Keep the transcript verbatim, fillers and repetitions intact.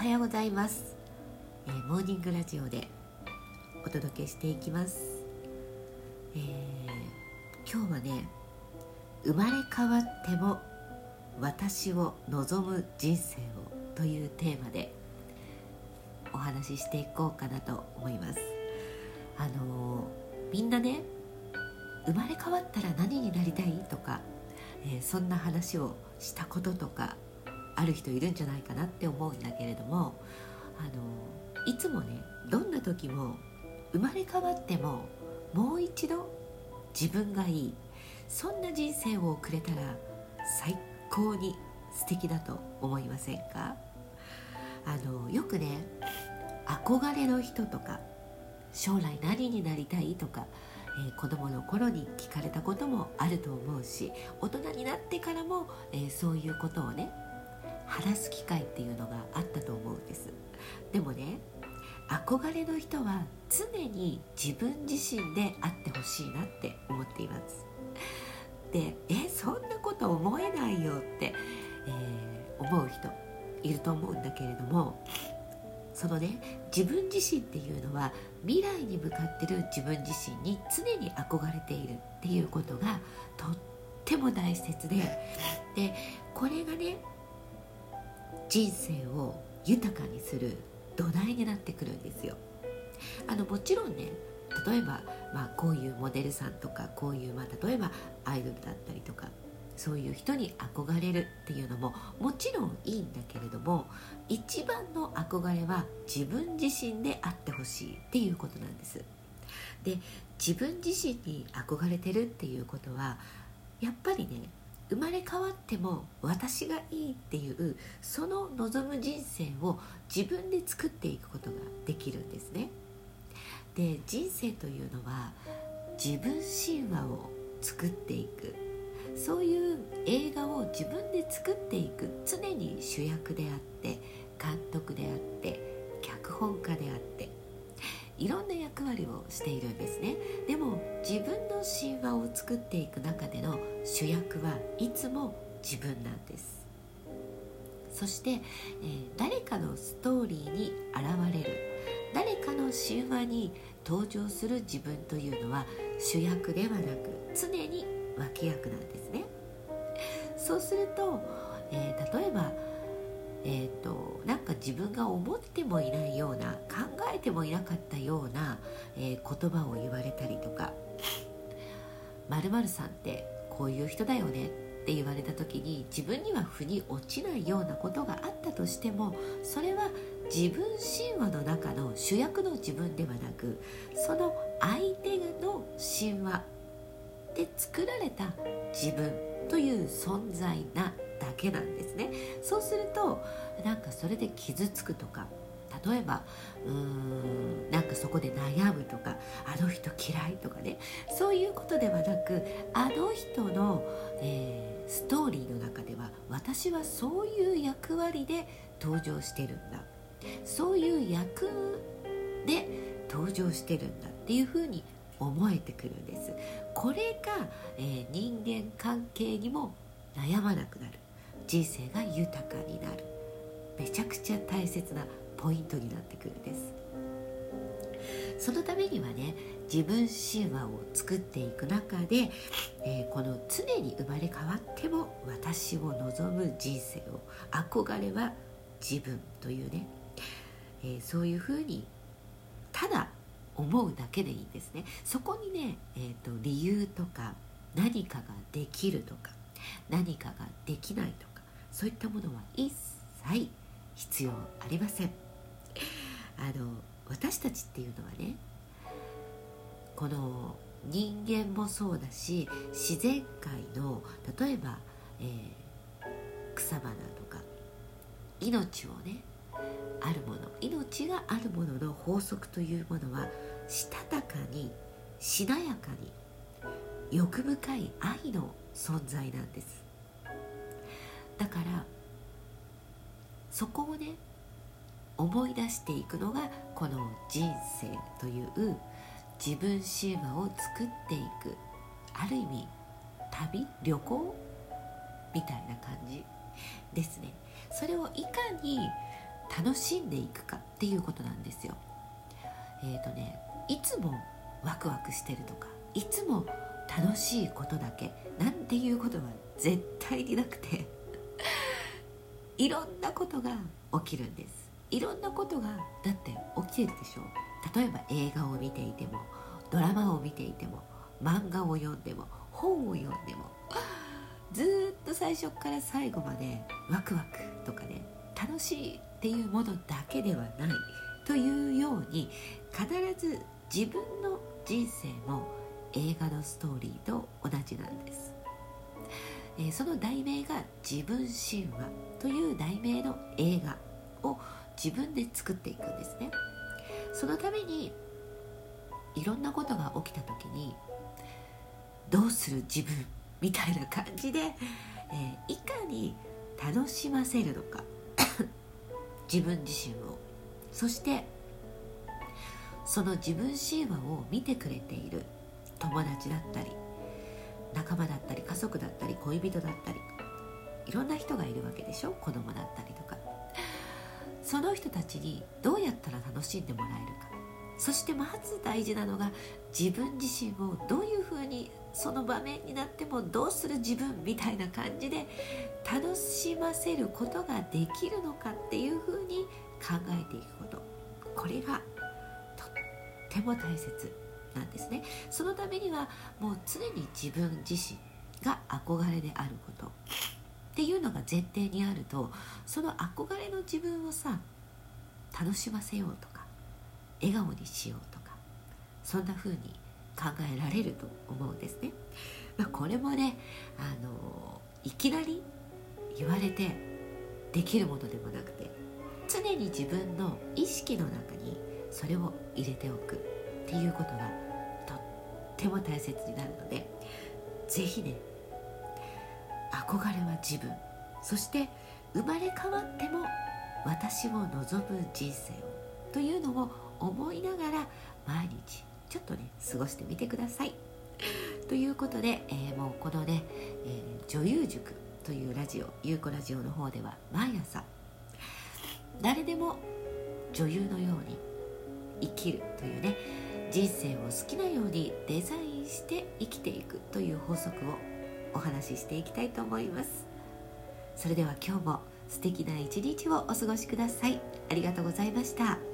はようございます、えー、モーニングラジオでお届けしていきます、えー、今日はね、生まれ変わっても私を望む人生をというテーマでお話ししていこうかなと思います。あのー、みんなね、生まれ変わったら何になりたいとか、えー、そんな話をしたこととかある人いるんじゃないかなって思うんだけれども、あのいつもね、どんな時も生まれ変わってももう一度自分がいい、そんな人生を送れたら最高に素敵だと思いませんか？あのよくね、憧れの人とか将来何になりたいとか、えー、子供の頃に聞かれたこともあると思うし、大人になってからも、えー、そういうことをね話す機会っていうのがあったと思うんです。でもね、憧れの人は常に自分自身であってほしいなって思っています。で、えそんなこと思えないよって、えー、思う人いると思うんだけれども、そのね、自分自身っていうのは未来に向かってる自分自身に常に憧れているっていうことがとっても大切で、でこれがね、人生を豊かにする土台になってくるんですよ。あのもちろんね、例えば、まあ、こういうモデルさんとか、こういう、まあ、例えばアイドルだったりとか、そういう人に憧れるっていうのももちろんいいんだけれども、一番の憧れは自分自身であってほしいっていうことなんです。で、自分自身に憧れてるっていうことは、やっぱりね、生まれ変わっても私がいいっていうその望む人生を自分で作っていくことができるんですね。で、人生というのは自分神話を作っていく、そういう映画を自分で作っていく、常に主役であって監督であって脚本家であっていろんな役割をしているんですね。でも自分の神話を作っていく中での主役はいつも自分なんです。そして、えー、誰かのストーリーに現れる、誰かの神話に登場する自分というのは主役ではなく常に脇役なんですね。そうすると、えー、例えばえーと、なんか自分が思ってもいないような、考えてもいなかったような、えー、言葉を言われたりとか、〇〇さんってこういう人だよねって言われた時に、自分には腑に落ちないようなことがあったとしても、それは自分神話の中の主役の自分ではなく、その相手の神話で作られた自分という存在なだけなんですね。そうすると、なんかそれで傷つくとか、例えばうーんなんかそこで悩むとか、あの人嫌いとかね、そういうことではなく、あの人の、えー、ストーリーの中では私はそういう役割で登場してるんだ、そういう役で登場してるんだっていうふうに思えてくるんです。これが、えー、人間関係にも悩まなくなる、人生が豊かになる、めちゃくちゃ大切なポイントになってくるんです。そのためにはね、自分神話を作っていく中で、えー、この常に生まれ変わっても私を望む人生を、憧れは自分というね、えー、そういうふうにただ思うだけでいいんですね。そこにね、えーと、理由とか何かができるとか何かができないとか、そういったものは一切必要ありません。あの私たちっていうのはね、この人間もそうだし、自然界の例えば、えー、草花とか命をね、あるもの、命があるものの法則というものは、したたかにしなやかに欲深い愛の存在なんです。だからそこをね、思い出していくのがこの人生という自分神話を作っていく、ある意味旅、旅行みたいな感じですね。それをいかに楽しんでいくかっていうことなんですよ。えーとねいつもワクワクしてるとか、いつも楽しいことだけなんていうことは絶対になくていろんなことが起きるんです。いろんなことがだって起きてるでしょ。例えば映画を見ていても、ドラマを見ていても、漫画を読んでも、本を読んでも、ずーっと最初から最後までワクワクとかね、楽しいっていうものだけではないというように、必ず自分の人生も映画のストーリーと同じなんです。えー、その題名が自分神話という題名の映画を自分で作っていくんですね。そのためにいろんなことが起きた時にどうする自分みたいな感じで、えー、いかに楽しませるのか自分自身を、そしてその自分神話を見てくれている友達だったり仲間だったり家族だったり恋人だったり、いろんな人がいるわけでしょ。子供だったりとか、その人たちにどうやったら楽しんでもらえるか、そしてまず大事なのが自分自身をどういうふうにその場面になってもどうする自分みたいな感じで楽しませることができるのかっていうふうに考えていくこと、これがとっても大切なんですね。そのためにはもう常に自分自身が憧れであることっていうのが前提にあると、その憧れの自分をさ楽しませようとか笑顔にしようとか、そんな風に考えられると思うんですね。まあ、これもね、あのいきなり言われてできるものでもなくて、常に自分の意識の中にそれを入れておくっていうことがとっても大切になるので、ぜひね、憧れは自分、そして生まれ変わっても私を望む人生をというのを思いながら毎日ちょっとね過ごしてみてください。ということで、えー、もうこのね、えー、女優塾というラジオ、ゆうこラジオの方では毎朝誰でも女優のように生きるというね、人生を好きなようにデザインして生きていくという法則をお話ししていきたいと思います。それでは今日も素敵な一日をお過ごしください。ありがとうございました。